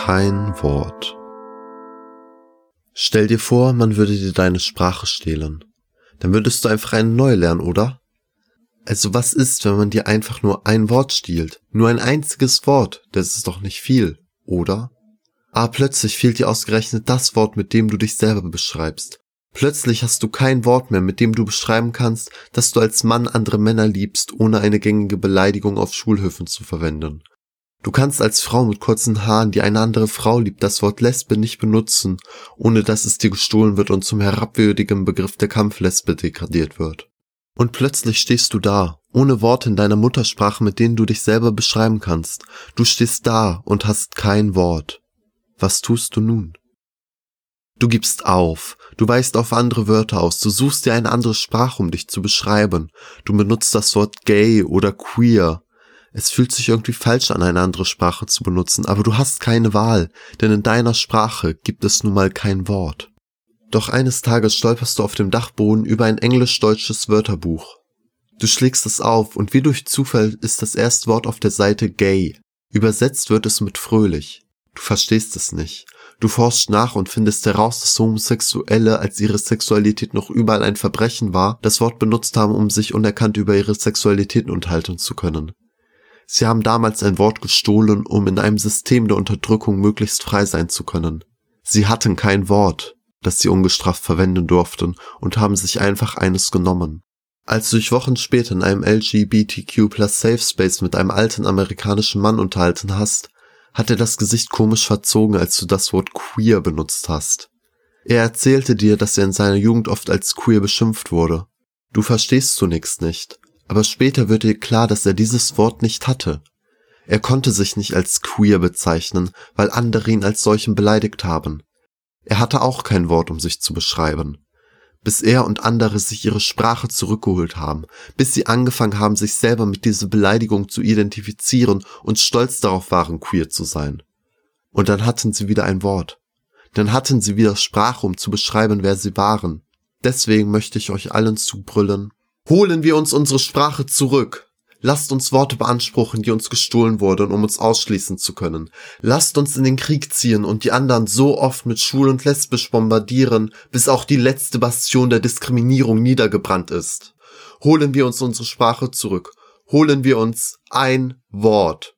kein Wort. Stell dir vor, man würde dir deine Sprache stehlen. Dann würdest du einfach eine neue lernen, oder? Also was ist, wenn man dir einfach nur ein Wort stiehlt? Nur ein einziges Wort, das ist doch nicht viel, oder? Aber plötzlich fehlt dir ausgerechnet das Wort, mit dem du dich selber beschreibst. Plötzlich hast du kein Wort mehr, mit dem du beschreiben kannst, dass du als Mann andere Männer liebst, ohne eine gängige Beleidigung auf Schulhöfen zu verwenden. Du kannst als Frau mit kurzen Haaren, die eine andere Frau liebt, das Wort Lesbe nicht benutzen, ohne dass es dir gestohlen wird und zum herabwürdigen Begriff der Kampflesbe degradiert wird. Und plötzlich stehst du da, ohne Worte in deiner Muttersprache, mit denen du dich selber beschreiben kannst. Du stehst da und hast kein Wort. Was tust du nun? Du gibst auf, du weichst auf andere Wörter aus, du suchst dir eine andere Sprache, um dich zu beschreiben. Du benutzt das Wort gay oder queer. Es fühlt sich irgendwie falsch an, eine andere Sprache zu benutzen, aber du hast keine Wahl, denn in deiner Sprache gibt es nun mal kein Wort. Doch eines Tages stolperst du auf dem Dachboden über ein englisch-deutsches Wörterbuch. Du schlägst es auf und wie durch Zufall ist das erste Wort auf der Seite gay. Übersetzt wird es mit fröhlich. Du verstehst es nicht. Du forschst nach und findest heraus, dass Homosexuelle, als ihre Sexualität noch überall ein Verbrechen war, das Wort benutzt haben, um sich unerkannt über ihre Sexualität unterhalten zu können. Sie haben damals ein Wort gestohlen, um in einem System der Unterdrückung möglichst frei sein zu können. Sie hatten kein Wort, das sie ungestraft verwenden durften, und haben sich einfach eines genommen. Als du dich Wochen später in einem LGBTQ+ Safe Space mit einem alten amerikanischen Mann unterhalten hast, hat er das Gesicht komisch verzogen, als du das Wort queer benutzt hast. Er erzählte dir, dass er in seiner Jugend oft als queer beschimpft wurde. Du verstehst zunächst nicht, aber später wird dir klar, dass er dieses Wort nicht hatte. Er konnte sich nicht als queer bezeichnen, weil andere ihn als solchen beleidigt haben. Er hatte auch kein Wort, um sich zu beschreiben. Bis er und andere sich ihre Sprache zurückgeholt haben, bis sie angefangen haben, sich selber mit dieser Beleidigung zu identifizieren und stolz darauf waren, queer zu sein. Und dann hatten sie wieder ein Wort. Dann hatten sie wieder Sprache, um zu beschreiben, wer sie waren. Deswegen möchte ich euch allen zubrüllen: Holen wir uns unsere Sprache zurück! Lasst uns Worte beanspruchen, die uns gestohlen wurden, um uns ausschließen zu können. Lasst uns in den Krieg ziehen und die anderen so oft mit schwul und lesbisch bombardieren, bis auch die letzte Bastion der Diskriminierung niedergebrannt ist. Holen wir uns unsere Sprache zurück. Holen wir uns ein Wort.